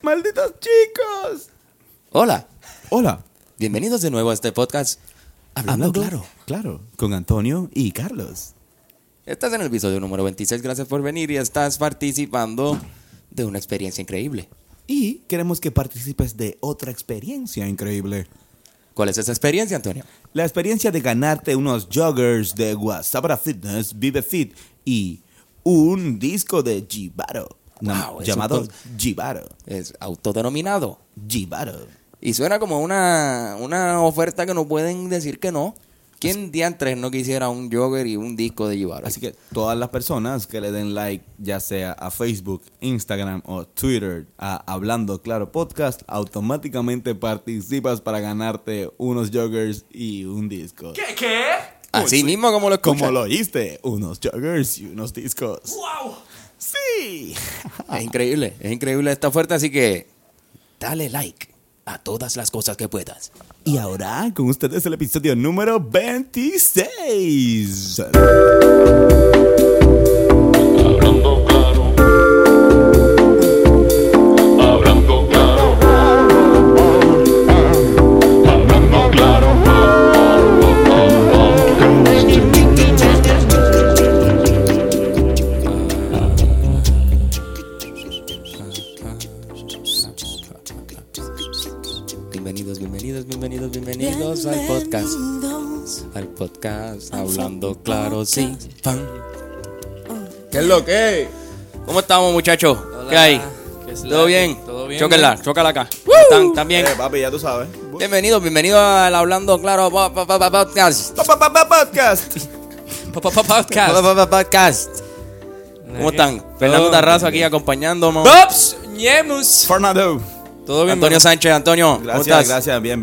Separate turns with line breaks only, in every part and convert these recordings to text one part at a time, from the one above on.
¡Malditos chicos!
Hola,
Hola.
bienvenidos de nuevo a este podcast Hablando Claro.
Claro, con Antonio y Carlos.
Estás en el episodio número 26, gracias por venir y estás participando de una experiencia increíble.
Y queremos que participes de otra experiencia increíble.
¿Cuál es esa experiencia, Antonio?
La experiencia de ganarte unos joggers de Guasabara Fitness, Vive Fit y un disco de Jibaro.
Wow,
llamado
eso
Jibaro.
Es autodenominado.
Jibaro.
Y suena como una oferta que no pueden decir que no. ¿Quién diantres no quisiera un jogger y un disco de Jibaro?
Así que todas las personas que le den like, ya sea a Facebook, Instagram o Twitter, a Hablando Claro Podcast, automáticamente participas para ganarte unos joggers y un disco.
¿Qué?
Así mismo como lo escuchas.
Como lo oíste, unos joggers y unos discos.
¡Wow!
¡Sí!
Es increíble esta oferta, así que dale like a todas las cosas que puedas.
Y ahora, con ustedes el episodio número 26.
Hablando claro, hablando claro, hablando claro.
Bienvenidos al podcast. Al podcast Hablando Claro sin fan. ¿Qué es lo que? ¿Cómo estamos, muchachos? ¿Qué hay? ¿Todo bien?
¿Todo bien?
Chócala acá. ¿Están bien?
Papi, ya tú sabes.
Bienvenidos al Hablando Claro podcast.
Podcast.
Podcast. ¿Cómo están? Fernando Tarrazo aquí acompañándonos.
¡Pops! ¡Ñemus!
Fernando.
¿Todo bien?
Antonio Sánchez. Antonio, ¿cómo estás?
Gracias. Bien.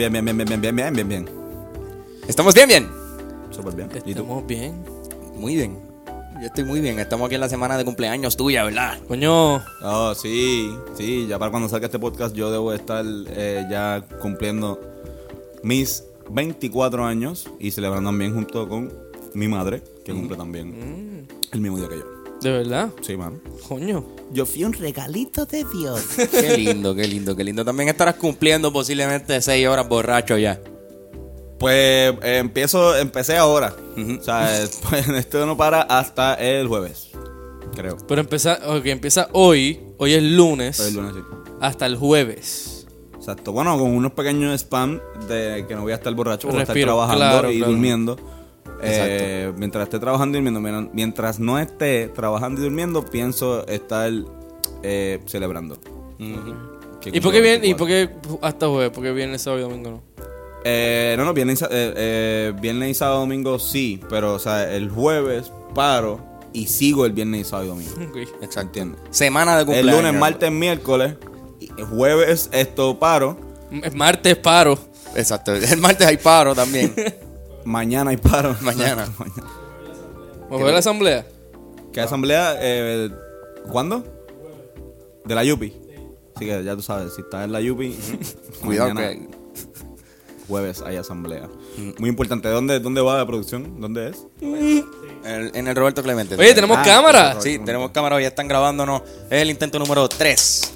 ¿Estamos bien?
Súper bien. ¿Y tú?
¿Estamos bien?
Muy bien. Yo estoy muy bien. Estamos aquí en la semana de cumpleaños tuya, ¿verdad?
Coño,
Oh, sí. Ya para cuando salga este podcast yo debo estar ya cumpliendo mis 24 años y celebrando también junto con mi madre, que cumple también el mismo día que yo.
¿de verdad?
Sí, mano.
Coño.
Yo fui un regalito de Dios.
Qué lindo. También estarás cumpliendo posiblemente 6 horas borracho ya.
Pues empecé ahora. O sea, pues, esto no para hasta el jueves, creo.
Pero empieza hoy. Hoy es lunes.
Hoy es lunes, sí.
Hasta el jueves.
Exacto. Bueno, con unos pequeños spam de que no voy a estar borracho, voy a estar
Respiro,
trabajando
claro,
y
claro.
durmiendo.
Exacto.
Mientras esté trabajando y durmiendo. Mientras no esté trabajando y durmiendo, pienso estar celebrando.
¿Y por qué viene? ¿Y por qué hasta jueves? ¿Por qué viene sábado y domingo no?
No, viernes y sábado domingo sí, pero o sea, el jueves paro y sigo el viernes y sábado y domingo.
Ok.
Exacto. ¿Entiendes?
Semana de
El
cumpleaños.
lunes, martes, miércoles, y el jueves paro,
Es martes paro.
Exacto. El martes hay paro también.
mañana hay paro.
Mañana.
¿Vamos a ver la asamblea?
¿Qué asamblea? ¿Cuándo? De la Yupi. Así que ya tú sabes, si estás en la Yupi,
Cuidado
mañana,
que...
jueves hay asamblea. Muy importante. ¿Dónde va la producción? ¿Dónde es?
En el Roberto Clemente.
Oye, tenemos cámara.
Sí, tenemos cámara, ya están grabándonos. Es el intento número 3.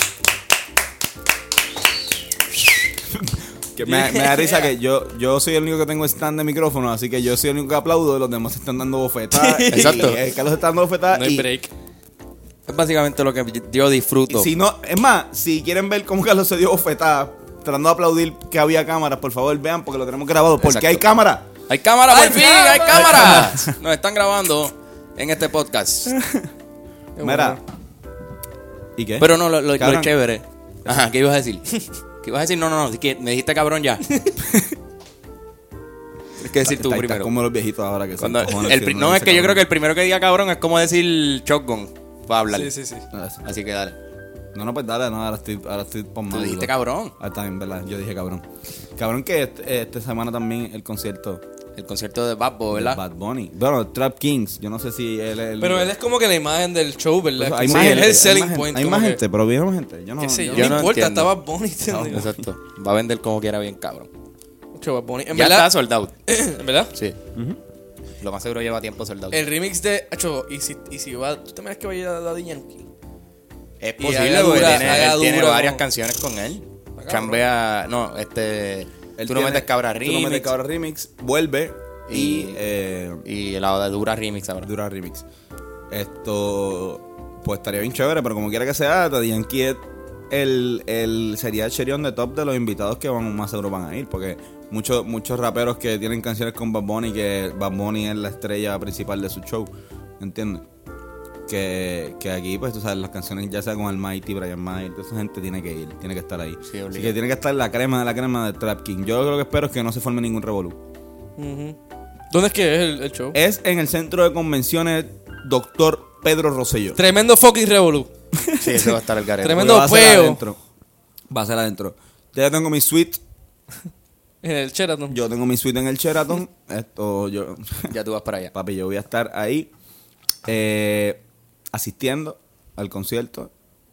Que me da risa que yo soy el único que tengo stand de micrófono, así que yo soy el único que aplaudo, los demás están dando bofetadas.
Exacto.
Y Carlos está dando bofetadas.
No hay
y
break.
Es básicamente lo que yo disfruto.
si no, es más, si quieren ver cómo Carlos se dio bofetadas, tratando de aplaudir que había cámaras, por favor vean, porque lo tenemos grabado. Porque
Exacto.
hay cámara.
¡Hay cámara, por
¡Hay
fin!
cámara!
¡Hay cámara! Nos están grabando en este podcast.
Qué
Mira.
bueno.
¿Y qué?
Pero no, lo
Cabrón.
chévere. Ajá, ¿qué ibas a decir? ¿Qué ibas a decir? No, es que me dijiste cabrón ya. Tienes que decir tú
Está
primero.
como los viejitos ahora que
Cuando
se encojonan
el
si
pri-
uno
no,
dice
es que yo creo
cabrón.
que el primero que diga cabrón es como decir shotgun para hablar.
Sí.
Así que dale.
No, pues dale, no, ahora estoy por
Tú dijiste cabrón.
También, ¿verdad? Yo dije cabrón. Cabrón que esta semana también el concierto
El concierto de Bad Bunny,
de
¿verdad?
Bad Bunny. Bueno, Trap Kings, yo no sé si él es el...
Pero él es como que la imagen del show, ¿verdad?
Pues, hay
Sí,
más
él
gente,
es el selling point.
Hay
como
más
que-
gente, pero viene más gente. Yo no,
Qué sé yo,
yo
no
no
importa,
entiendo.
estaba bonito.
Exacto. Va a vender como quiera bien cabrón.
Bad Bunny. En
Ya
verdad,
está sold out.
en verdad,
Sí. Lo más seguro lleva tiempo sold out.
el remix de... Acho, y si va... ¿Tú te imaginas que vaya a Daddy Yankee?
Es
Y
posible,
haga
porque
dura,
él
haga
tiene
dura,
varias
¿no?
canciones con él.
Está
Chambea, no,
Él
Tú no
tiene-
metes cabra
Tú no metes
remix
cabra remix, vuelve y
y la de Dura remix ahora.
Dura remix. Esto, pues estaría bien chévere, pero como quiera que sea, Daddy Yankee es sería el cherry on the top de los invitados que más seguro van a ir, porque muchos raperos que tienen canciones con Bad Bunny, que Bad Bunny es la estrella principal de su show, ¿entiendes? Que aquí, pues, tú sabes, las canciones, ya sea con el Mighty, Brian Might, toda esa gente tiene que ir, tiene que estar ahí.
Sí,
Así
obligado.
que tiene que estar la crema de la crema de Trap King. Yo lo que espero es que no se forme ningún revolú.
Ujú. ¿Dónde es que es el show?
Es en el centro de convenciones Dr. Pedro Rosselló.
Tremendo fucking revolú.
Sí, ese va a estar el garete.
Tremendo
Va a ser
peo.
adentro. Va a ser adentro. Ya tengo mi suite.
En el Sheraton.
Yo tengo mi suite en el Sheraton.
Ya tú vas para allá.
Papi, yo voy a estar ahí asistiendo al concierto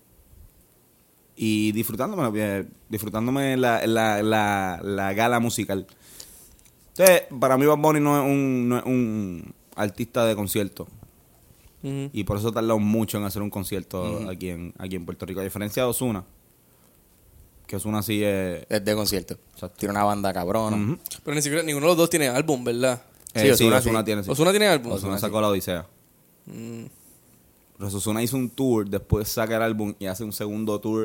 y disfrutándome la gala musical. Entonces, para mí Bad Bunny no es un artista de concierto.
Ujú.
Y por eso tardamos mucho en hacer un concierto aquí en Puerto Rico. A diferencia de Ozuna, que Ozuna sí es...
Es de concierto.
Exacto.
Tiene una banda cabrona.
Ujú.
Pero ni siquiera ninguno de los dos tiene álbum, ¿verdad?
Sí, Ozuna
Ozuna
sí.
tiene, sí.
¿Ozuna tiene álbum?
Ozuna sacó la Odisea. Pero Ozuna hizo un tour, después saca el álbum y hace un segundo tour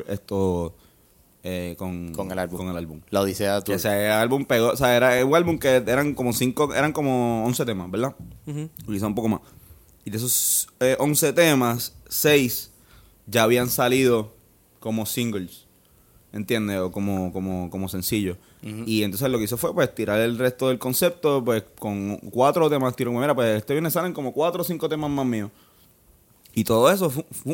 con
el álbum.
Con el álbum.
La Odisea Tour.
O sea, el álbum pegó, o sea, era un álbum que eran como 11 temas, ¿verdad?
Ujú.
Quizá un poco más. Y de esos 11 temas, 6 ya habían salido como singles, ¿entiendes? O como sencillos. Y entonces lo que hizo fue pues tirar el resto del concepto, pues con 4 temas, tiró, mira, pues este viernes salen como 4 o 5 temas más míos. Y todo eso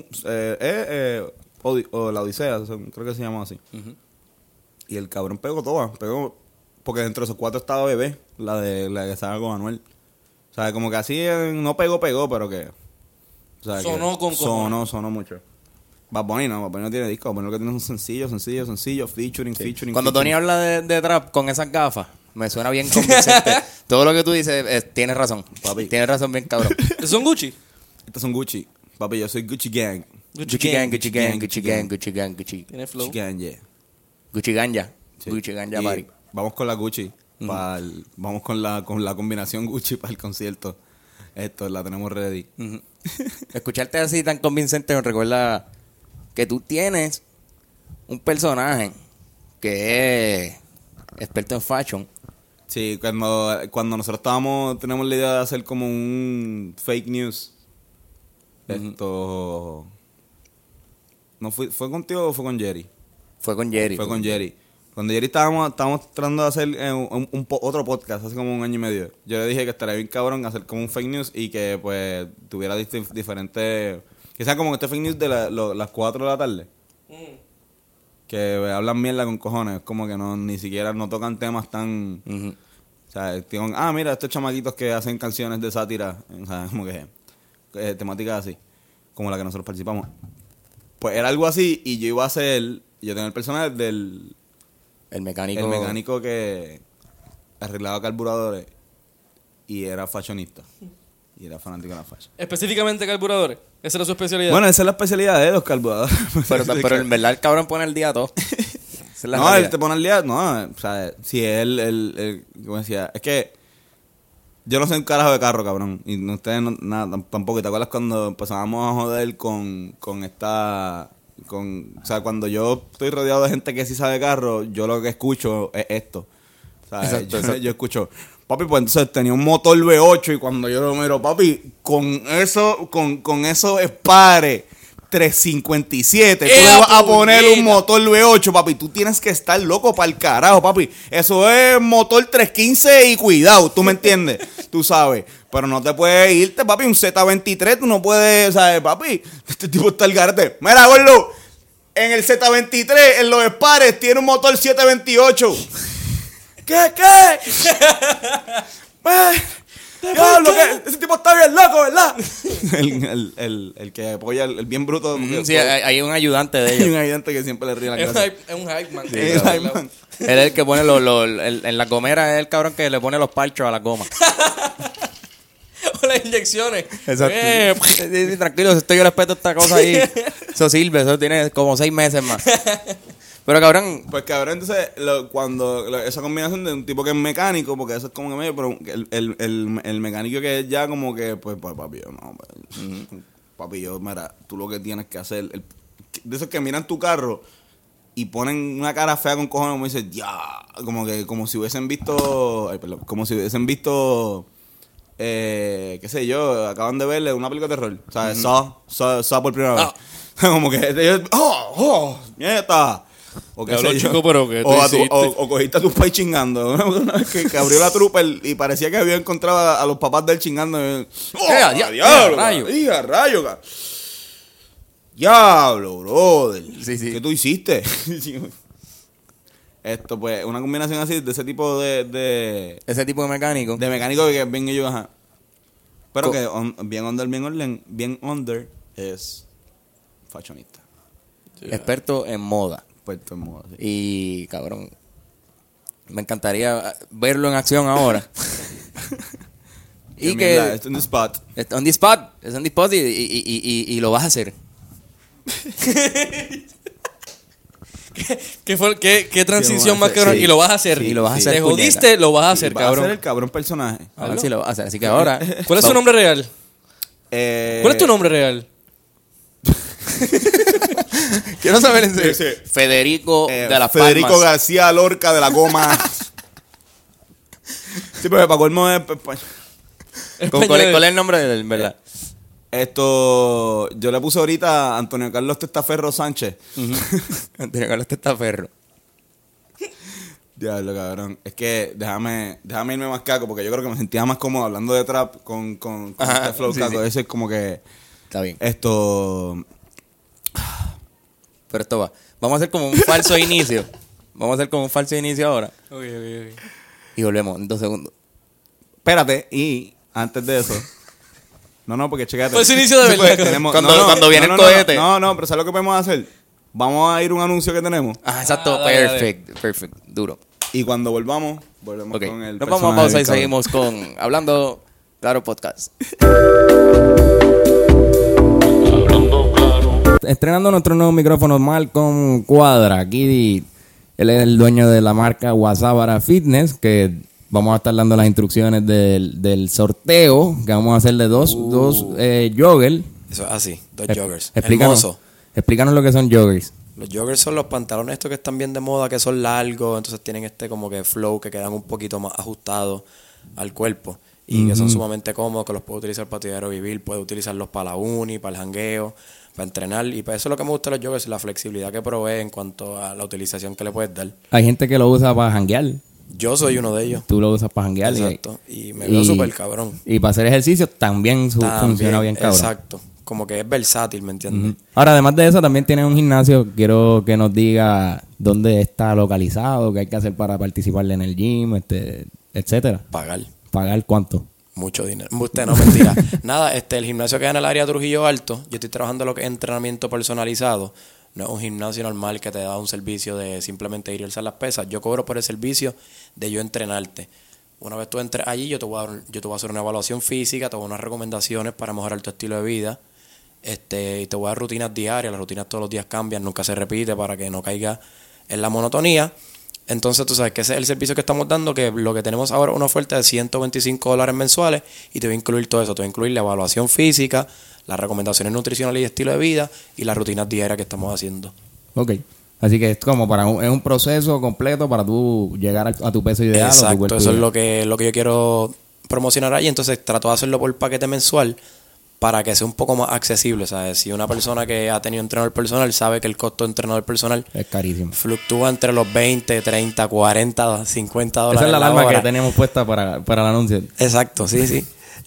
o la Odisea, creo que se llama así. Y el cabrón pegó todas, porque dentro de esos 4 estaba Bebé, la que estaba con Anuel. O sea, como que así no pegó, pero que... O sea,
Sonó
que
con cojones.
sonó mucho. Bad Bunny no tiene disco, Bad Bunny lo que tiene es un sencillo, featuring.
Cuando Tony habla de trap con esas gafas, me suena bien convincente. Todo lo que tú dices, tienes razón.
Papi.
Tienes razón bien cabrón.
¿Son Gucci?
Estos son Gucci. Papi, yo soy Gucci Gang.
Gucci Gang, Gucci Gang, Gucci Gang, Gucci Gang, Gucci.
Tiene flow.
Gucci Gang, yeah.
Gucci Ganja.
Sí.
Gucci Ganja
Y
Party.
vamos con la Gucci. Vamos con la combinación Gucci para el concierto. Esto, la tenemos ready.
Escucharte así tan convincente me recuerda que tú tienes un personaje que es experto en fashion.
Sí, cuando nosotros tenemos la idea de hacer como un fake news. Esto... ¿No fue contigo o fue con Jerry?
Fue con Jerry.
Fue con Jerry. Cuando Jerry estábamos tratando de hacer otro podcast hace como un año y medio. Yo le dije que estaría bien cabrón hacer como un fake news y que pues tuviera diferentes... Que sea como este fake news de las 4 de la tarde. Que hablan mierda con cojones. Es como que ni siquiera no tocan temas tan...
Ujú.
O sea, digan, mira, estos chamaquitos que hacen canciones de sátira. O sea, como que temáticas así. Como la que nosotros participamos. Pues era algo así y yo iba a hacer... Yo tenía el personaje del...
El mecánico.
El mecánico que arreglaba carburadores y era fashionista. Y era fanático de la fashion.
Específicamente carburadores. Esa era su especialidad.
Bueno, esa es la especialidad de los carburadores.
Pero en verdad el cabrón pone el día a todo. Esa es la
No,
realidad.
él te pone al día. No, o sea, si él como decía, es que yo no soy un carajo de carro, cabrón. Y ustedes nada, tampoco. ¿Te acuerdas cuando empezábamos a joder con esta... o sea, cuando yo estoy rodeado de gente que sí sabe carro, yo lo que escucho es esto. O sea,
Exacto.
yo escucho, papi, pues entonces tenía un motor V8 y cuando yo lo miro, papi, con esos espares 357, tú le vas a poner un motor V8, papi, tú tienes que estar loco para el carajo, papi. Eso es motor 315 y cuidado, ¿tú me entiendes? Tú sabes. Pero no te puedes irte, papi, un Z23, tú no puedes, ¿sabes, papi? Este tipo está al garete. Mira, gordo, en el Z23, en los espares, tiene un motor 728. ¿Qué? Diablo, que ese tipo está bien loco, ¿verdad? el que apoya, el bien bruto.
Sí, hay un ayudante de
Hay
ellos.
un ayudante que siempre le ríe la
Es
clase.
un hype man.
Sí, el hype man.
Él es el que pone en la gomera, es el cabrón que le pone los parchos a la goma.
O las inyecciones.
Exacto. Sí, tranquilo, estoy yo respeto esta cosa ahí. Eso sirve, eso tiene como 6 meses más. Pero cabrón.
Pues cabrón, entonces, esa combinación de un tipo que es mecánico, porque eso es como que medio, pero el mecánico que es ya como que, pues papi, yo no, pues, papi, yo, mira, tú lo que tienes que hacer, de esos que miran tu carro y ponen una cara fea con cojones, como dices, ya, como si hubiesen visto, como si hubiesen visto, qué sé yo, acaban de verle una película de terror, ¿sabes? Saw por primera vez. Como que ellos, ¡nieta! O qué sé yo.
Chico, pero que
o cogiste a tus pais chingando. Una vez que abrió la trooper y parecía que había encontrado a los papás de él chingando. ¡Diablo! ¡Rayo! ¡Diablo, brother!
Sí.
¿Qué tú hiciste? Esto, pues, una combinación así de ese tipo
Ese tipo de mecánico.
de mecánico que bien ellos, ajá. Pero que bien under es fashionista.
Experto en moda.
Experto en moda, sí.
Y cabrón, me encantaría verlo en acción ahora. Y que
Es on the spot.
es on the spot y lo vas a hacer.
¿Qué transición
Sí,
más cabrón?
sí.
Y lo vas a hacer.
Sí, y lo vas a hacer,
Te
puñeta.
jodiste, lo vas a hacer,
Va a ser
cabrón.
el cabrón personaje.
A ver si lo vas a hacer. Así que ahora.
¿Cuál es su nombre real? ¿Cuál es tu nombre real?
Quiero saber en serio.
Sí.
Federico de las
Federico
Palmas.
García Lorca de la Goma. Sí, pero para colmo es...
¿Cuál es el nombre de él, verdad?
Esto... Yo le puse ahorita a Antonio Carlos Testaferro Sánchez.
Antonio Carlos Testaferro.
Diablo, cabrón. Es que déjame irme más caco, porque yo creo que me sentía más cómodo hablando de trap con
Ajá,
este flow
sí,
caco.
sí.
Ese es como que...
Está bien.
Esto...
Pero esto va. Vamos a hacer como un falso inicio. Vamos a hacer como un falso inicio ahora.
Ok.
Y volvemos en 2 segundos.
Espérate, y antes de eso... No, porque chécate.
Pues inicio de
Sí,
verdad.
pues, tenemos-
Cuando viene el cohete.
No, pero ¿sabes lo que podemos hacer? Vamos a ir a un anuncio que tenemos.
Ah, exacto.
Dale.
Perfect. Duro.
Y cuando volvamos
Ok.
con el
Nos vamos a
personaje
pausa y
del cabrón.
seguimos con Hablando Claro Podcast.
Hablando claro.
Estrenando nuestro nuevo micrófono, Malcolm Cuadra. Aquí él es el dueño de la marca Guasábara Fitness, que vamos a estar dando las instrucciones del sorteo que vamos a hacer de dos joggers.
Eso es así, 2 joggers.
Explícanos,
Hermoso.
explícanos lo que son joggers.
Los joggers son los pantalones estos que están bien de moda, que son largos, entonces tienen este como que flow, que quedan un poquito más ajustados al cuerpo. Y que son sumamente cómodos, que los puede utilizar para diario vivir, puede utilizarlos para la uni, para el jangueo, para entrenar. Y pues eso es lo que me gusta de los joggers, la flexibilidad que provee en cuanto a la utilización que le puedes dar.
Hay gente que lo usa para janguear.
Yo soy uno de ellos.
Tú lo usas para janguear.
Exacto. Y me veo súper cabrón.
Y para hacer ejercicio también funciona
También,
bien cabrón.
exacto. Como que es versátil, ¿me entiendes?
Ahora, además de eso, también tiene un gimnasio. Quiero que nos diga dónde está localizado, qué hay que hacer para participar en el gym, etcétera. ¿Pagar cuánto?
Mucho dinero. Usted no, mentira. Nada, el gimnasio queda en el área de Trujillo Alto. Yo estoy trabajando en lo que es entrenamiento personalizado. No es un gimnasio normal que te da un servicio de simplemente ir y alzar las pesas. Yo cobro por el servicio de yo entrenarte. Una vez tú entres allí, yo te voy a hacer una evaluación física, te voy a dar unas recomendaciones para mejorar tu estilo de vida. Y te voy a dar rutinas diarias. Las rutinas todos los días cambian, nunca se repite para que no caiga en la monotonía. Entonces tú sabes que ese es el servicio que estamos dando, que lo que tenemos ahora es una oferta de $125 mensuales y te va a incluir todo eso. Te va a incluir la evaluación física, las recomendaciones nutricionales y estilo de vida y las rutinas diarias que estamos haciendo.
Ok. Así que es como es un proceso completo para tú llegar a tu peso ideal.
Exacto,
o tu cuerpo
eso es
ideal.
lo que yo quiero promocionar ahí. Entonces trato de hacerlo por paquete mensual para que sea un poco más accesible, ¿sabes? Si una persona que ha tenido entrenador personal sabe que el costo de entrenador personal
Es carísimo.
fluctúa entre los 20, 30, 40, 50 dólares.
Esa es la alarma que
hora.
tenemos puesta para el anuncio.
Exacto, sí.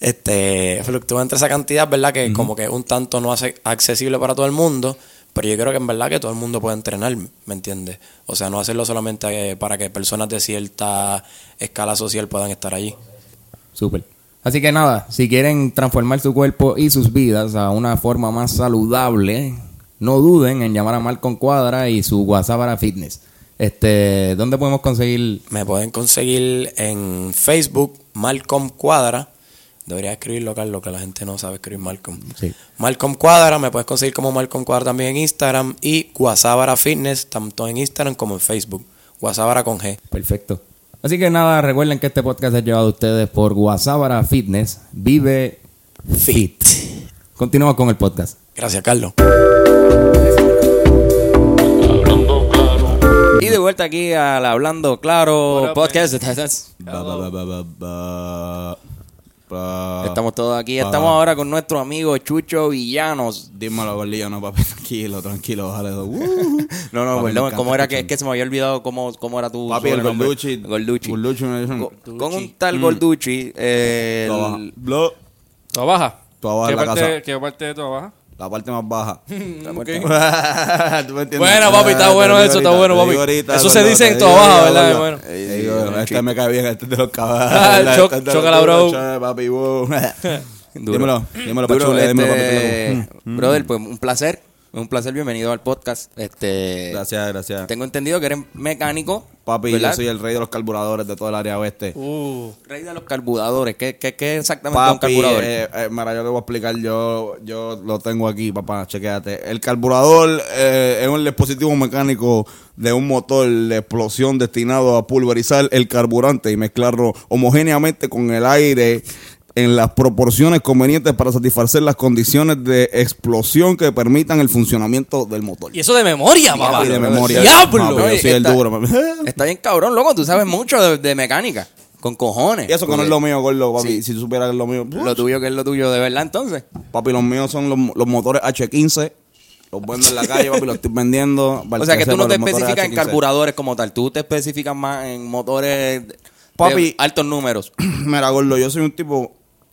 Fluctúa entre esa cantidad, ¿verdad? Que como que un tanto no hace accesible para todo el mundo, pero yo creo que en verdad que todo el mundo puede entrenar, ¿me entiendes? O sea, no hacerlo solamente para que personas de cierta escala social puedan estar allí.
Súper. Así que nada, si quieren transformar su cuerpo y sus vidas a una forma más saludable, no duden en llamar a Malcolm Cuadra y su Guasábara Fitness. ¿Dónde podemos conseguir?
Me pueden conseguir en Facebook, Malcolm Cuadra. Deberías escribirlo, Carlos, que la gente no sabe escribir Malcolm.
Sí.
Malcolm Cuadra, me puedes conseguir como Malcolm Cuadra también en Instagram. Y Guasábara Fitness, tanto en Instagram como en Facebook. Guasábara con G.
Perfecto. Así que nada, recuerden que este podcast es llevado a ustedes por Guasábara Fitness. Vive Fit. Continuamos con el podcast.
Gracias, Carlos.
Hablando claro,
Y de vuelta aquí al Hablando Claro podcast. Estamos todos aquí. Estamos ahora con nuestro amigo Chucho Villanos.
Dímelo, gordillo, no, papi, tranquilo, bájale.
No,
Papi,
perdón,
me
¿cómo era
encanta
que se me había olvidado cómo era tu
Papi, el
sobrenombre?
Gorducci.
Gorducci.
Me dicen.
Con un tal Gorducci,
Blo.
¿Toda baja?
Toda baja en la casa.
¿Qué parte de toda baja?
La parte más baja.
Ok.
¿Tú me entiendes?
Bueno, papi, está bueno eso, está bueno, papi. Eso se dice en toda baja, ¿verdad? Bueno.
Este me cae bien, este de los caballos.
Chócala, bro.
Papi, wow.
Duro.
Dímelo,
Duro,
Pachule, dímelo, papi.
brother, pues un placer, bienvenido al podcast.
Gracias.
Tengo entendido que eres mecánico,
Papi,
¿verdad?
yo soy el rey de los carburadores de toda el área oeste.
Rey de los carburadores. ¿Qué exactamente es un
Papi,
carburador?
mira, yo te voy a explicar, yo lo tengo aquí, papá, chequéate. El carburador es un dispositivo mecánico de un motor de explosión destinado a pulverizar el carburante y mezclarlo homogéneamente con el aire en las proporciones convenientes para satisfacer las condiciones de explosión que permitan el funcionamiento del motor.
Y eso de memoria, papá.
Papi, de memoria.
¡Diablo!
Papi, yo soy el duro, papi.
Está bien cabrón, loco. Tú sabes mucho de mecánica. Con cojones.
Y eso que no es lo mío, gordo, papi. Si tú supieras que es lo mío.
Lo tuyo que es lo tuyo, de verdad, entonces.
Papi, los míos son los motores H15. Los vendo en la calle, papi, los estoy vendiendo.
O sea que tú no te
sepa, los motores
especificas en
H15.
carburadores como tal. Tú te especificas más en motores
Papi.
de altos números.
Mira, gordo, yo soy un tipo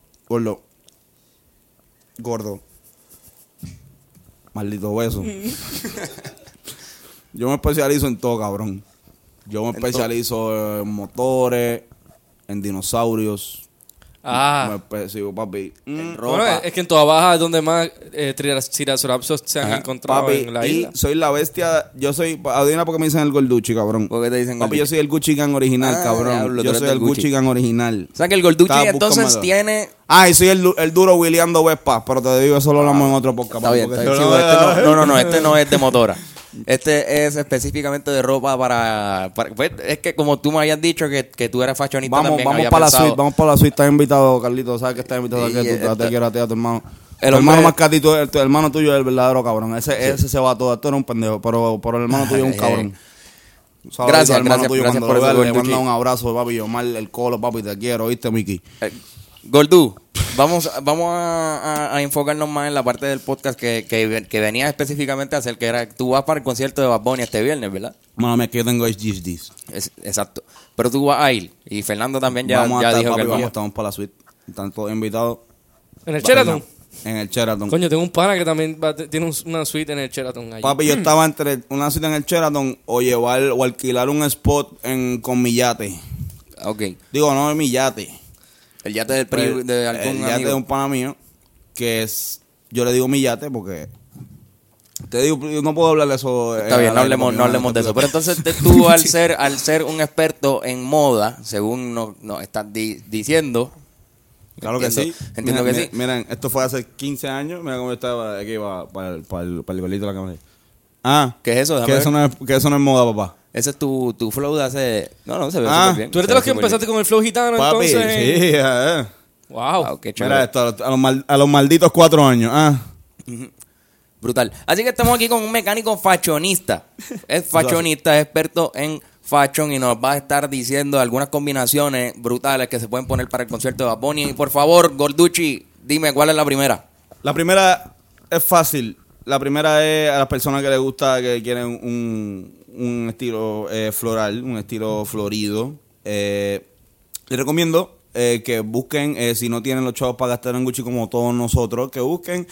gordo. Maldito beso. Yo me especializo en todo, cabrón. Yo me especializo en motores, en dinosaurios. Me especializo, papi.
Bueno, es que en toda baja es donde más triceratops se han encontrado
Papi,
en la
y
isla.
soy la bestia. Yo soy. Adivina por qué me dicen el Gorducci, cabrón.
¿Por qué te dicen
Papi,
Gorducci?
yo soy el Gucci Gang original, cabrón.
Diablo, tú
yo
eres
soy
del
el Gucci Gang original.
O sea que el Gorducci
Está,
entonces
búscamelo.
tiene...
Y soy el duro Williando Vespa, pero te digo, eso lo hablamos en otro podcast.
Está bien,
porque
está bien.
esto
Sí, este no, este no es de motora. Este es específicamente de ropa para pues, es que como tú me habías dicho que tú eras fashionista también.
Vamos
había
para la
pensado-
suite, vamos para la suite. Estás invitado, Carlito. Sabes que estás invitado
Sí,
aquí. Te
está-
quiero a ti, a tu hermano.
El
Tu
hombre-
hermano más que a ti, tu hermano tuyo es el verdadero cabrón. Ese se va todo. Tú eres un pendejo, pero el hermano tuyo es un cabrón. Saludito
Gracias,
al hermano
gracias,
tuyo.
gracias
Cuando
por
lo
eso,
veas, le
Gorducci.
manda un abrazo, papi. Omar, el colo, papi, te quiero. ¿Oíste, Miki?
Gordú, vamos a enfocarnos más en la parte del podcast que venía específicamente a hacer, que era, tú vas para el concierto de Bad Bunny este viernes, ¿verdad?
Mano, mía, que yo tengo HDs.
Exacto. Pero tú vas a ir, y Fernando también ya
Vamos a estar,
dijo
papi,
que él va.
estamos para la suite. Están todos invitados.
¿En el Sheraton?
En el Sheraton.
Coño, tengo un pana que también tiene una suite en el Sheraton. Ahí.
Papi, yo estaba entre una cita en el Sheraton o llevar o alquilar un spot con mi yate.
Ok.
Digo, no, mi yate.
El yate de
El
algún
yate
amigo.
de un pana mío, que es, yo le digo mi yate porque, te digo, yo no puedo hablar de eso.
Está bien, no hablemos de eso. Pero entonces tú al ser un experto en moda, según nos estás diciendo.
Claro que sí.
Entiendo que sí.
Miren, esto fue hace 15 años. Mira cómo yo estaba aquí para el golito de la cámara.
¿Qué es eso? Déjame
Que
ver.
eso no es moda, papá.
Ese es tu flow de hace... No, se ve
Ah,
súper bien.
Tú eres
Se
de los
ve
que
súper
empezaste con el flow gitano,
Papi,
entonces.
sí.
Wow.
Wow, qué chévere.
Mira esto, a los malditos 4 años.
Brutal. Así que estamos aquí con un mecánico fashionista. Es fashionista, es experto en fashion y nos va a estar diciendo algunas combinaciones brutales que se pueden poner para el concierto de Bad Bunny. Y por favor, Gorducci, dime cuál es la primera.
La primera es fácil. La primera es a las personas que les gusta, que quieren un estilo floral, un estilo florido. Les recomiendo que busquen, si no tienen los chavos para gastar en Gucci como todos nosotros, que busquen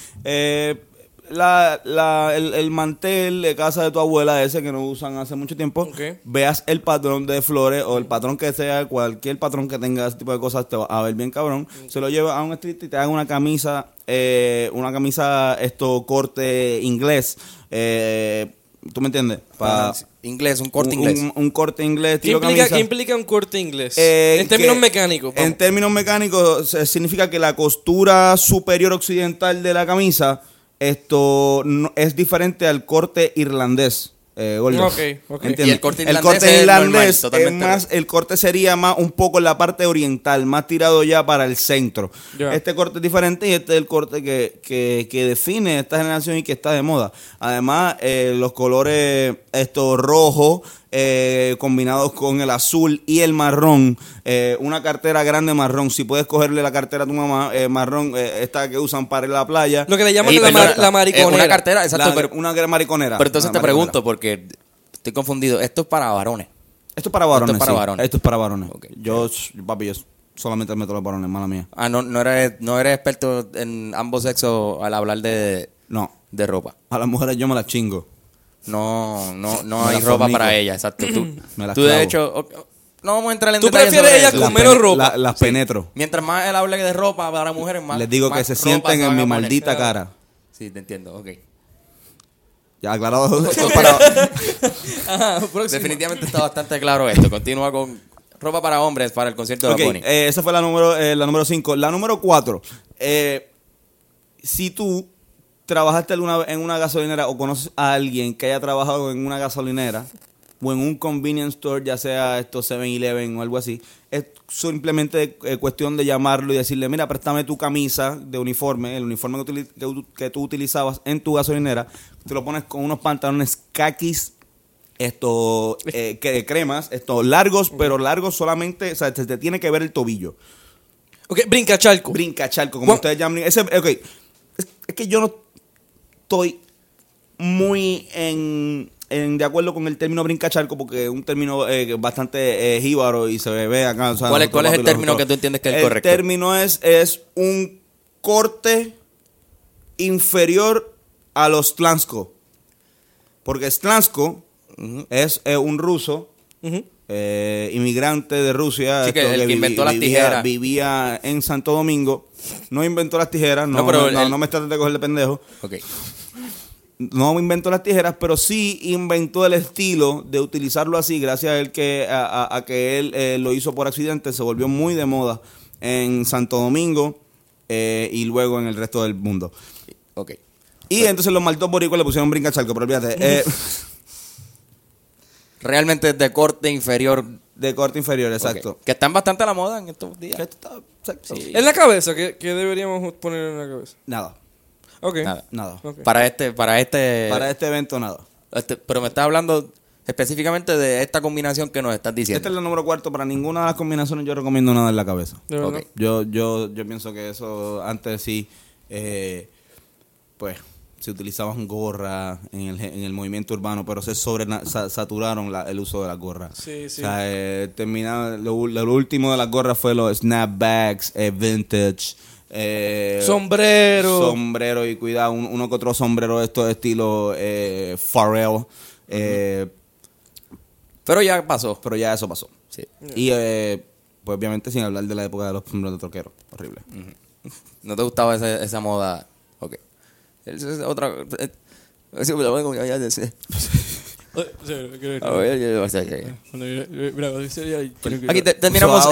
el mantel de casa de tu abuela, ese que no usan hace mucho tiempo.
Ok.
Veas el patrón de flores o el patrón que sea, cualquier patrón que tenga ese tipo de cosas, te va a ver bien cabrón. Se lo llevas a un street y te hagan una camisa corte inglés, ¿tú me entiendes?
Inglés, un corte inglés.
Un corte inglés,
¿Qué
estilo
implica,
camisa.
¿Qué implica un corte inglés?
En
en términos mecánicos.
En
vamos.
términos mecánicos significa que la costura superior occidental de la camisa es diferente al corte irlandés. Gordo.
Ok.
¿Entiendes?
Y el corte irlandés es normal,
es
totalmente
más, el corte sería más un poco en la parte oriental, más tirado ya para el centro.
Ya.
Este corte es diferente y este es el corte que define esta generación y que está de moda. Además, los colores rojo combinados con el azul y el marrón. Una cartera grande marrón. Si puedes cogerle la cartera a tu mamá, marrón, esta que usan para ir a la playa.
Lo que le llaman
Ey, perdona,
la mariconera.
una cartera, exacto, pero
Una mariconera.
Pero entonces
Una
te
mariconera.
pregunto, porque estoy confundido. Esto es para varones.
Esto es para varones.
Esto es para
sí.
varones.
Esto es para varones.
Ok.
Papi, yo solamente meto los varones, mala mía.
No eres experto en ambos sexos al hablar de
No.
ropa.
A las mujeres yo me las chingo.
No
Me
hay
las
ropa
fornico.
para ella, exacto.
Me las
Tú de
clavo.
hecho, no vamos a entrar en
¿Tú
detalles
prefieres
sobre
ella
eso.
con menos ropa?
Las penetro.
Mientras más él hable de ropa para mujeres, más
Les digo
más
que se
ropa
sienten en
van
mi
a poner.
maldita cara.
Sí, te entiendo, ok.
Ya aclarado. Esto es para-
Ajá, próximo.
Definitivamente está bastante claro esto. Continúa con ropa para hombres para el concierto de
Ok,
Bad Bunny.
esa fue la número 5. La número 4. Si tú trabajaste en una gasolinera o conoces a alguien que haya trabajado en una gasolinera o en un convenience store, ya sea 7-Eleven o algo así, es simplemente cuestión de llamarlo y decirle, mira, préstame tu camisa de uniforme, el uniforme que tú utilizabas en tu gasolinera, te lo pones con unos pantalones kakis, cremas, largos, pero largos solamente, o sea, te tiene que ver el tobillo.
Ok, brinca charco.
Brinca charco, como
Juan-
ustedes llaman. Es que yo no estoy muy de acuerdo con el término brinca charco porque es un término bastante jíbaro y se ve acá. O sea,
¿Cuál es
nosotros,
el
papi,
término
nosotros-
que tú entiendes que es el correcto?
El término es un corte inferior a los Slansko. Porque Slansko es un ruso.
Ujú.
Inmigrante de Rusia,
Sí, que el que inventó las tijeras.
vivía en Santo Domingo, no inventó las tijeras,
No, pero
no me trates de coger de pendejo,
Ok.
no inventó las tijeras, pero sí inventó el estilo de utilizarlo así, gracias a él a que él lo hizo por accidente, se volvió muy de moda en Santo Domingo y luego en el resto del mundo.
Ok.
Y entonces los malditos boricuas le pusieron brinca charco, pero olvídate,
Realmente es de corte inferior.
de corte inferior, exacto.
Ok. Que están bastante a la moda en estos días.
Exacto.
En la cabeza, ¿qué deberíamos poner en la cabeza?
Nada,
Ok.
nada.
Ok.
Para este
Para este evento, nada.
pero me estás hablando específicamente de esta combinación que nos estás diciendo.
Esta es la número 4. Para ninguna de las combinaciones yo recomiendo nada en la cabeza.
De verdad.
Ok.
Yo pienso que eso antes sí, pues se utilizaban gorras en el movimiento urbano, pero se saturaron el uso de las gorras.
Sí, sí.
O sea, lo último de las gorras fue los snapbacks, vintage. Sombrero y cuidado, uno que otro sombrero de estos estilo Pharrell.
Pero ya pasó.
Pero ya eso pasó.
Sí.
Y pues obviamente sin hablar de la época de los sombreros de troqueros. Horrible.
¿No te gustaba esa moda? Ok. Esa es otra... Aquí terminamos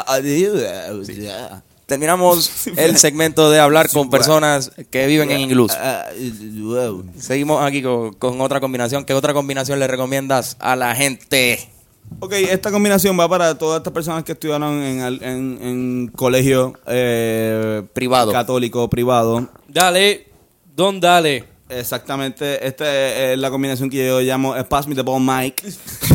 terminamos el segmento de hablar con personas que viven en iglús. Seguimos aquí con otra combinación. ¿Qué otra combinación le recomiendas a la gente?
Ok, esta combinación va para todas estas personas que estudiaron en colegio
Privado.
católico privado.
Dale, dale.
Exactamente, esta es la combinación que yo llamo Pass Me the Ball Mike.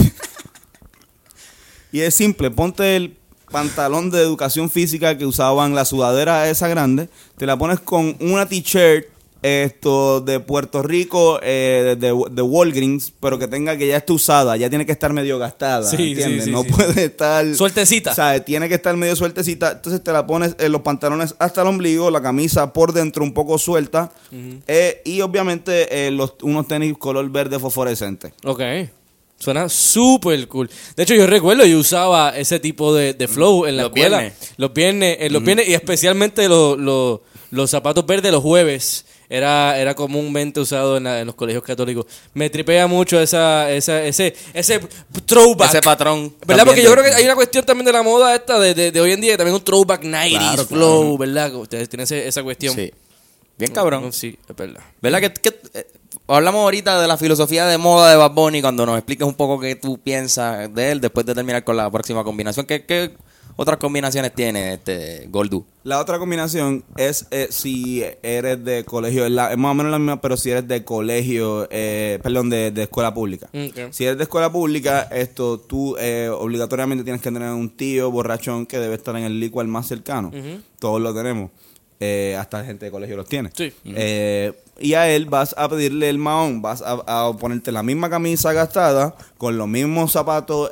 Y es simple, ponte el pantalón de educación física que usaban, la sudadera esa grande, te la pones con una t-shirt de Puerto Rico, de Walgreens, pero que ya esté usada, ya tiene que estar medio gastada,
Sí,
¿entiendes?
sí,
No
sí.
puede estar...
Sueltecita.
O sea, tiene que estar medio sueltecita. Entonces te la pones los pantalones hasta el ombligo, la camisa por dentro un poco suelta y obviamente unos tenis color verde fosforescente.
Ok. Suena súper cool. De hecho, yo recuerdo, yo usaba ese tipo de flow en la
Los
escuela.
viernes.
Los viernes y especialmente los zapatos verdes los jueves. era comúnmente usado en los colegios católicos. Me tripea mucho ese throwback.
Ese patrón.
¿Verdad?
también
Porque yo
de-
creo que hay una cuestión también de la moda esta de hoy en día, que también un throwback 90s
Claro,
flow, ¿verdad? Que ustedes tienen esa cuestión.
Sí. Bien cabrón.
Sí, es verdad.
¿Verdad hablamos ahorita de la filosofía de moda de Bad Bunny cuando nos expliques un poco qué tú piensas de él después de terminar con la próxima combinación? ¿Qué otras combinaciones tiene Goldu?
La otra combinación es si eres de colegio, es más o menos la misma, pero si eres de colegio, de escuela pública.
Ok.
Si eres de escuela pública, tú obligatoriamente tienes que tener un tío borrachón que debe estar en el licuor más cercano. Todos lo tenemos. Hasta gente de colegio los tiene.
Sí.
Y a él vas a pedirle el mahón, vas a ponerte la misma camisa gastada, con los mismos zapatos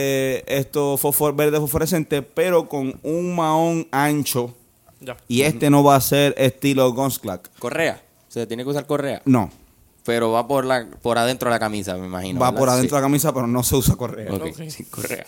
verde fosforescente, pero con un mahón ancho.
Ya.
Y no va a ser estilo Gunsclack.
¿Correa? ¿Se tiene que usar correa?
No,
Pero va por adentro de la camisa, me imagino.
va
¿verdad?
por adentro
Sí.
de la camisa, pero no se usa correa.
Ok,
Ok.
sin correa.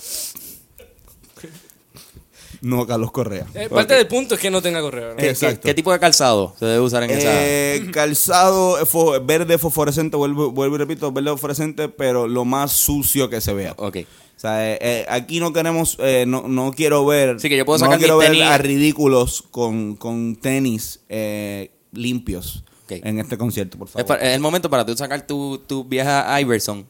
No, Carlos Correa.
Parte del punto es que no tenga correo. ¿no?
Exacto.
¿Qué tipo de calzado se debe usar en esa?
Calzado verde fosforescente, vuelvo y repito, verde fosforescente, pero lo más sucio que se vea.
Ok.
O sea, aquí no queremos, no quiero ver,
Sí, que yo puedo
no
sacar
quiero
mis
ver
tenis.
a ridículos con tenis limpios
Ok.
en este concierto, por
Es
favor.
el momento para tú sacar tu vieja Iverson.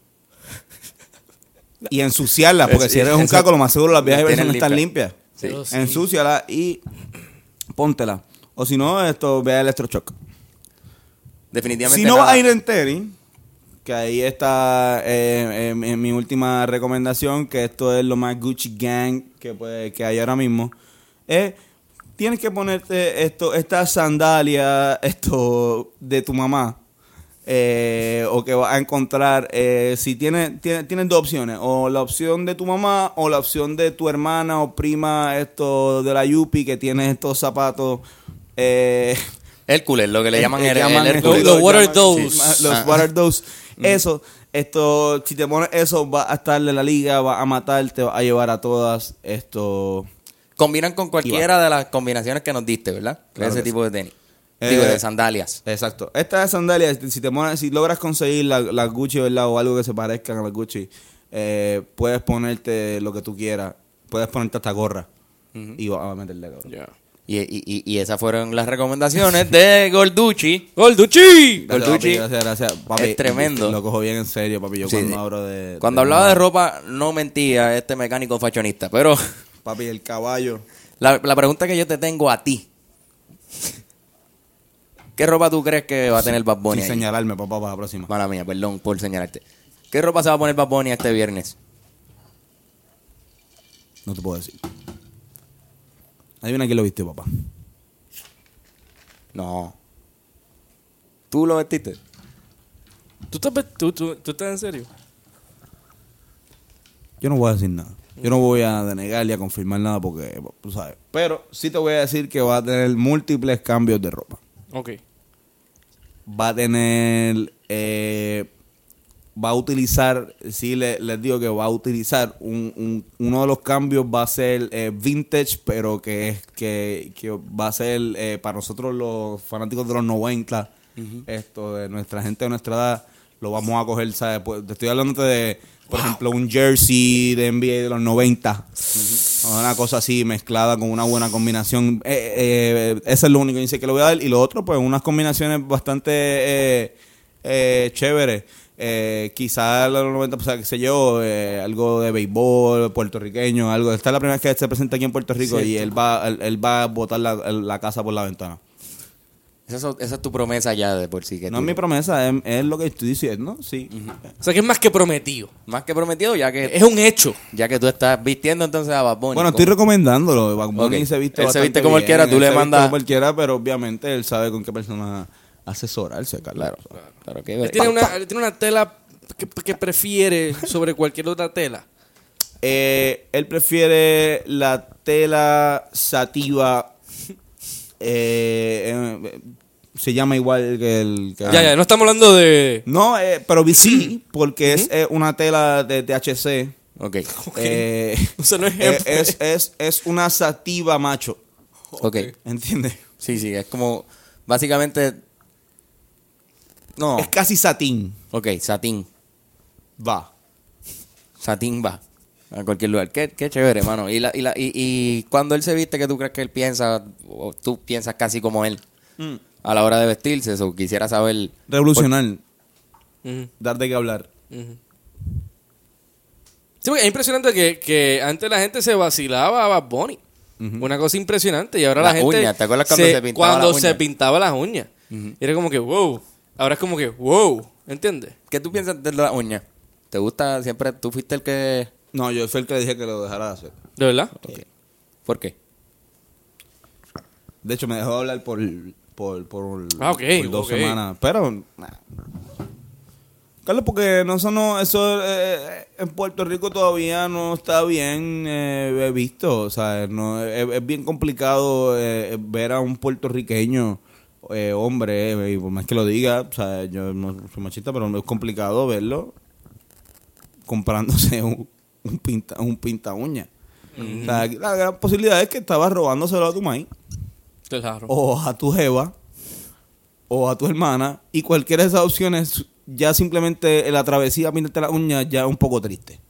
Y ensuciarlas, porque
Es-
si eres un
eso-
caco, lo más seguro las viejas
tienen
versiones están
limpia.
limpias.
Sí.
Dios, sí.
Ensúciala y póntela. O si no, ve a Electroshock.
Definitivamente
Si no
nada.
vas a ir en Terry, que ahí está en mi última recomendación, que esto es lo más Gucci Gang que hay ahora mismo, tienes que ponerte esta sandalia de tu mamá, o que vas a encontrar, si tienes dos opciones, o la opción de tu mamá o la opción de tu hermana o prima, de la Yupi, que tiene estos zapatos.
Hércules, lo que le llaman el
Los
Hércules.
water dose.
Los water dose. Eso, si te pones eso, va a estar de la liga, va a matar, te va a llevar a todas.
Combinan con cualquiera de las combinaciones que nos diste, ¿verdad?
Claro
Ese
que
tipo de tenis.
Eh,
Digo, de sandalias.
Exacto. Estas sandalias, si logras conseguir la Gucci, ¿verdad? O algo que se parezca a la Gucci, puedes ponerte lo que tú quieras. Puedes ponerte hasta gorra. Y vas a meterle, cabrón.
Ya.
Y esas fueron las recomendaciones de Golducci.
¡Golducci!
Gracias,
Golducci.
papi, gracias. Papi,
Es tremendo.
Lo cojo bien en serio, papi. Yo
Sí,
cuando
sí.
hablo de...
Cuando hablaba de ropa, no mentía este mecánico fashionista. Pero
Papi, el caballo.
la pregunta que yo te tengo a ti. ¿Qué ropa tú crees que va a tener Bad Bunny
Sin
ahí?
señalarme, papá, para la próxima.
Mala mía, perdón por señalarte. ¿Qué ropa se va a poner Bad Bunny este viernes?
No te puedo decir. Adivina quién lo viste, papá.
No. ¿Tú lo vestiste?
¿Tú estás en serio?
Yo no voy a decir nada. Yo no voy a denegar ni a confirmar nada porque, tú sabes. Pero sí te voy a decir que va a tener múltiples cambios de ropa.
Ok.
Va a tener... va a utilizar... Sí, les digo que va a utilizar... uno de los cambios va a ser vintage, pero que va a ser para nosotros los fanáticos de los 90, de nuestra gente de nuestra edad, lo vamos a coger, ¿sabes? Pues, te estoy hablando de... Por ejemplo, un jersey de NBA de los 90. Una cosa así mezclada con una buena combinación. Eso es lo único que dice que lo voy a dar. Y lo otro, pues unas combinaciones bastante chéveres. Quizás los 90, pues, qué sé yo, algo de béisbol puertorriqueño, algo. Esta es la primera vez que se presenta aquí en Puerto Rico.
Cierto.
Y él va a botar la casa por la ventana.
Esa es tu promesa ya de por sí. Que
No
tú-
es mi promesa, es lo que estoy diciendo, sí.
O sea que es más que prometido.
Más que prometido, ya
Es un hecho.
que tú estás vistiendo entonces a Bad Bunny.
Bueno, estoy recomendándolo. Bad Bunny
Ok.
se viste
Él se
bastante
viste como él
bien,
quiera, tú
él
le
se viste
mandas-
como él quiera, pero obviamente él sabe con qué persona asesorarse, Carlos.
Claro que
Él tiene una tela que prefiere sobre cualquier otra tela.
Él prefiere la tela sativa. Se llama igual que el... que-
Ya, no estamos hablando de...
No, pero sí, porque es una tela de THC.
Ok.
O sea, no es
Es una sativa macho.
Ok.
¿Entiendes?
Sí, es como... Básicamente No.
Es casi satín.
Ok, satín.
Va.
Satín va a cualquier lugar. Qué chévere, mano. Y cuando él se viste, ¿qué tú crees que él piensa? O tú piensas casi como él a la hora de vestirse. Eso quisiera saber.
Revolucionar.
Ujú,
Dar de qué hablar.
ujú. Sí, porque es impresionante que antes la gente se vacilaba a Bad Bunny. Una cosa impresionante. Y ahora la
Las
gente.
uñas, ¿te acuerdas cuando se pintaba
cuando
las
se
uñas?
pintaba las uñas? Y era como que, wow. Ahora es como que, wow. ¿Entiendes?
¿Qué tú piensas de la uña? ¿Te gusta siempre? ¿Tú fuiste el que...?
No, yo fui el que le dije que lo dejara de hacer.
¿De verdad?
¿Por qué?
De hecho, me dejó de hablar por
Ah, ok,
por 2
ok.
semanas. Pero, nah. Carlos, porque eso en Puerto Rico todavía no está bien visto. O sea, no, es bien complicado ver a un puertorriqueño hombre, y por más que lo diga, o sea, yo no soy machista, pero es complicado verlo comprándose un pinta uña. O sea, la gran posibilidad es que estabas robándoselo a tu maíz,
Claro.
o a tu jeva, o a tu hermana, y cualquiera de esas opciones, ya simplemente la travesía a pintarte la uña ya es un poco triste.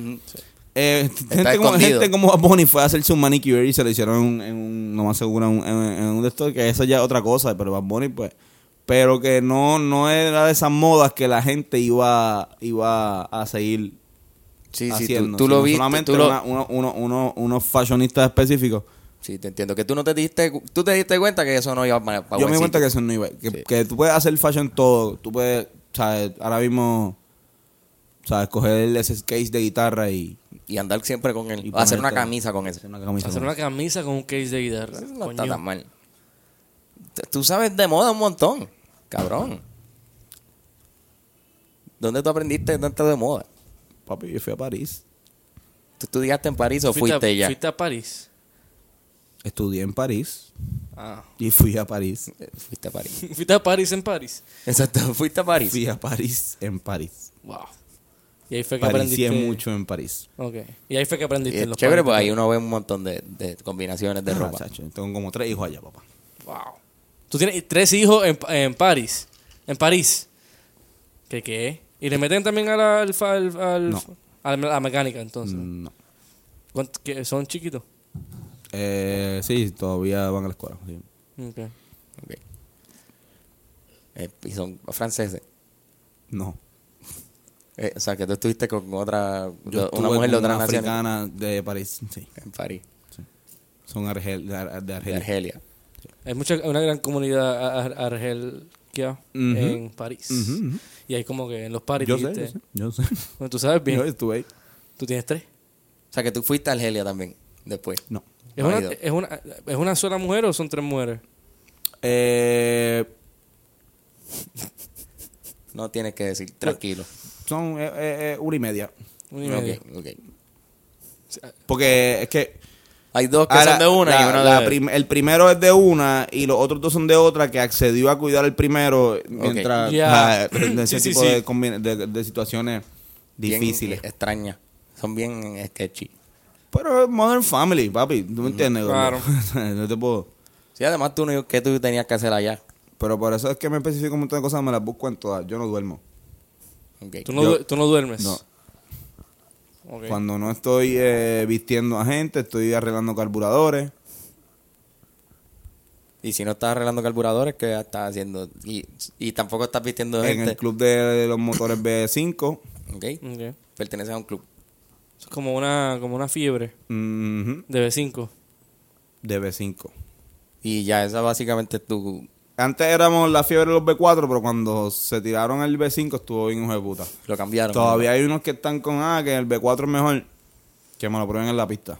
Gente como Bad Bunny fue a hacerse un manicure y se lo hicieron no más seguro en un de estos, que eso ya es otra cosa, pero Bad Bunny pues, pero que no era de esas modas que la gente iba a seguir
Sí,
haciendo,
tú lo
sino
viste.
solamente unos fashionistas específicos.
Sí, te entiendo. Que tú te diste cuenta que eso no iba para
Yo me di cuenta que eso no iba, que tú puedes hacer fashion todo, tú puedes, ¿sabes? Ahora mismo, ¿sabes? Coger ese case de guitarra y
andar siempre con él.
Y
O hacer una
ponerte-
camisa con eso.
hacer una camisa.
Hacer
con
una camisa con un case de guitarra.
No está
Coño.
tan mal. Tú sabes de moda un montón. Cabrón. ¿Dónde tú aprendiste tanto de moda?
Papi, yo fui a París.
¿Tú estudiaste en París o fuiste ya?
¿Fuiste a París?
Estudié en París
Ah.
y fui a París.
Fuiste a París.
¿Fuiste a París en París?
Exacto, fuiste a París.
Fui a París en París.
Wow. Y ahí fue que
Paricié
aprendiste.
mucho en París.
Ok. Y ahí fue que
Y
aprendiste
es
los
chévere, pues
pares.
ahí uno ve un montón de combinaciones de
Ah,
ropa.
chacho, tengo como 3 hijos allá, papá.
Wow. Tú tienes 3 hijos en París. En París. ¿Qué? ¿Y le meten también a
No.
a la mecánica entonces?
No.
¿Son chiquitos?
Sí, todavía van a la escuela. Sí.
Ok.
Ok. Y son franceses.
No.
O sea, que tú estuviste con otra...
Yo
una
estuve
mujer de
con
otra
una
nación.
africana de París. Sí.
En París.
Son de
De
Argelia.
Argelia.
Hay una gran comunidad argelquia en París.
Ujú.
Y hay como que en los paris
Yo
dijiste-
sé. Bueno,
Tú sabes bien.
Yo estuve ahí.
Tú tienes 3.
O sea, que tú fuiste a Argelia también, después.
No.
¿Es
No ha
una,
ido.
¿Es una sola mujer o son 3 mujeres?
No tienes que decir, tranquilo.
Son 1:30.
Una y media.
Ok, ok.
Porque es que
Hay dos que
ahora,
son de una y una de...
el primero es de una y los otros 2 son de otra, que accedió a cuidar al primero mientras
Ya.
de ese
Sí,
tipo
sí.
de situaciones
bien
difíciles.
extrañas. Son bien sketchy.
Pero es Modern Family, papi, ¿tú me entiendes?
Claro.
No te puedo.
Sí, además tú no, ¿qué tú tenías que hacer allá?
Pero por eso es que me especifico un montón de cosas, me las busco en todas. Yo no duermo.
Ok.
¿Tú no duermes?
No.
Ok.
Cuando no estoy vistiendo a gente, estoy arreglando carburadores.
Y si no estás arreglando carburadores, ¿qué estás haciendo? Y tampoco estás vistiendo
En
gente.
el club de los motores B5.
Ok.
Ok.
Perteneces a un club.
Es como una fiebre
Ujú,
de B5.
de B5.
Y ya, esa básicamente es tu...
Antes éramos la fiebre de los B4, pero cuando se tiraron el B5 estuvo bien hijo de puta.
Lo cambiaron.
Todavía hay unos que están con que el B4 es mejor, que me lo prueben en la pista.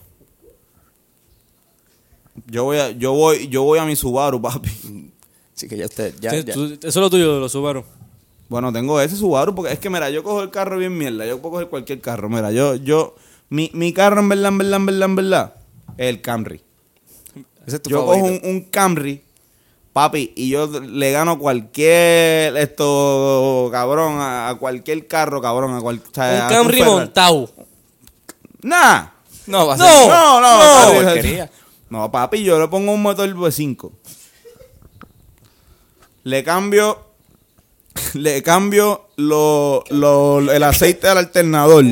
Yo voy a mi Subaru, papi.
Sí, que ya usted... Ya,
Sí,
ya.
eso es lo tuyo de los Subaru.
Bueno, tengo ese Subaru porque es que, mira, yo cojo el carro bien mierda. Yo puedo coger cualquier carro. Mira, mi carro en verdad, es el Camry.
Ese es tu
Yo
favorito.
cojo un Camry, papi, y yo le gano cualquier, cabrón, a cualquier carro, cabrón, a
Un
a
Camry
Ferrari.
montado.
Nah.
No, va a
No.
ser...
No, papi.
porquería.
No, papi, yo le pongo un motor V5. Le cambio le cambio el aceite al alternador.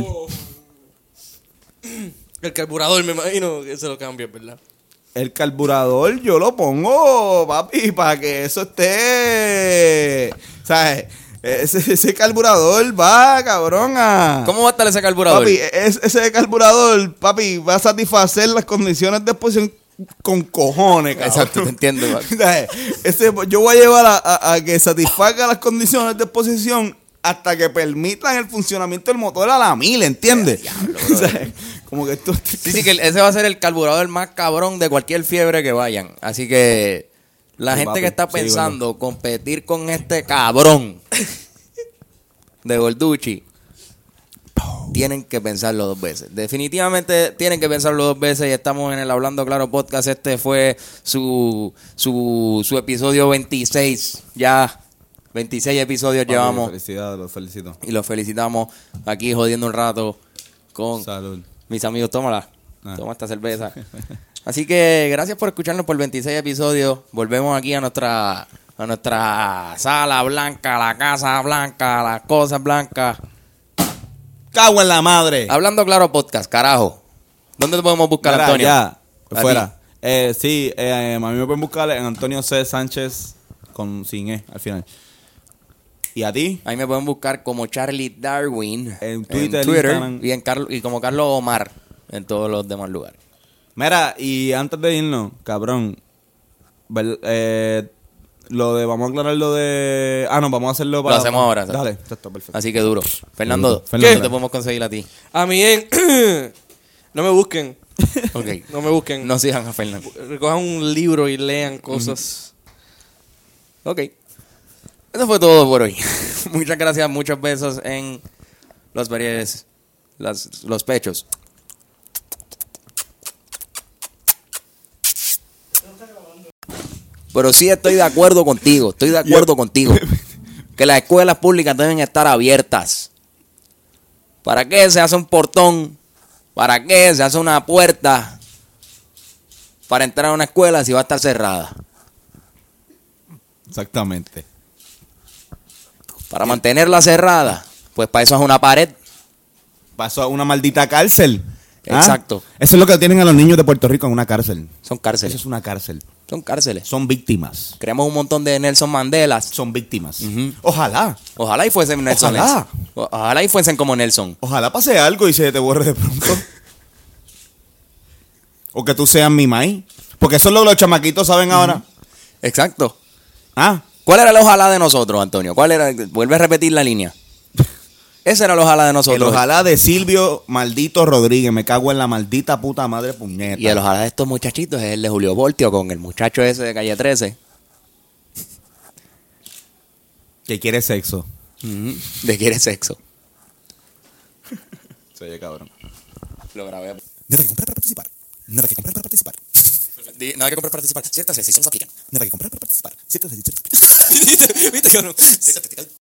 El carburador, me imagino que se lo cambia, ¿verdad?
El carburador yo lo pongo, papi, para que eso esté... ¿Sabes? Ese carburador va, cabrón, a...
¿Cómo va a estar ese carburador?
Papi, ese carburador, papi, va a satisfacer las condiciones de exposición con cojones, cabrón.
Exacto, te entiendo.
¿Sabes? Yo voy a llevar a que satisfaga las condiciones de exposición hasta que permitan el funcionamiento del motor a la 1000, ¿entiendes? ¿Sabes? Como que esto...
Sí, que ese va a ser el carburador más cabrón de cualquier fiebre que vayan. Así que la
Sí,
gente
papi,
que está
sí,
pensando competir con este cabrón de Gorducci, tienen que pensarlo 2 veces. Definitivamente tienen que pensarlo 2 veces. Y estamos en el Hablando Claro Podcast. Este fue su episodio 26. Ya 26 episodios
Papi,
llevamos.
Felicidades, los felicito.
Y los felicitamos aquí jodiendo un rato con
Salud.
mis amigos. Tómala.
Ah.
Toma esta cerveza. Así que gracias por escucharnos por 26 episodios. Volvemos aquí a nuestra sala blanca, la casa blanca, las cosas blancas.
¡Cago en la madre!
Hablando Claro Podcast, carajo. ¿Dónde te podemos buscar,
Mira,
Antonio?
Ya,
¿A
fuera. Sí, a mí me pueden buscar en Antonio C. Sánchez sin E al final. ¿Y a ti?
Ahí me pueden buscar como Charlie Darwin
En Twitter, Instagram.
y como Carlos Omar en todos los demás lugares.
Mira, y antes de irnos, cabrón, vamos a aclarar lo de... no, vamos a hacerlo para...
Lo hacemos ahora.
Dale, está perfecto.
Así que duro. Fernando,
Fernando.
¿dónde te podemos conseguir a ti?
A mí no me busquen.
Ok.
No me busquen.
No sigan a Fernando.
Recojan un libro y lean cosas.
Ok. Eso fue todo por hoy. Muchas gracias, muchos besos en los periodos, los pechos. Pero sí estoy de acuerdo contigo, que las escuelas públicas deben estar abiertas. ¿Para qué se hace un portón? ¿Para qué se hace una puerta para entrar a una escuela si va a estar cerrada?
Exactamente.
Para mantenerla cerrada, pues para eso es una pared.
Pasó a una maldita cárcel.
Exacto.
Eso es lo que tienen a los niños de Puerto Rico en una cárcel.
Son
Eso
cárceles.
es una cárcel.
Son cárceles.
Son víctimas.
Creamos un montón de Nelson Mandelas.
Son víctimas.
Ujú.
Ojalá.
Ojalá y fuesen Nelson.
Ojalá.
Ojalá y fuesen como Nelson.
Ojalá pase algo y se te borre de pronto. O que tú seas mi maíz. Porque eso es lo que los chamaquitos saben ahora.
Exacto.
Ah,
¿Cuál era el ojalá de nosotros, Antonio? ¿Cuál era? Vuelve a repetir la línea. Ese era el ojalá de
el
nosotros.
ojalá de Silvio maldito Rodríguez. Me cago en la maldita puta madre puñeta.
Y el ojalá de estos muchachitos es el de Julio Voltio con el muchacho ese de Calle 13.
Que quiere sexo.
De quiere sexo.
Se oye cabrón.
Lo grabé.
Nada que comprar para participar. Nada que comprar para participar.
Nada que comprar para participar. Ciertas restricciones aplican.
Nada que comprar para participar. Ciertas restricciones.
¿Viste, cabrón?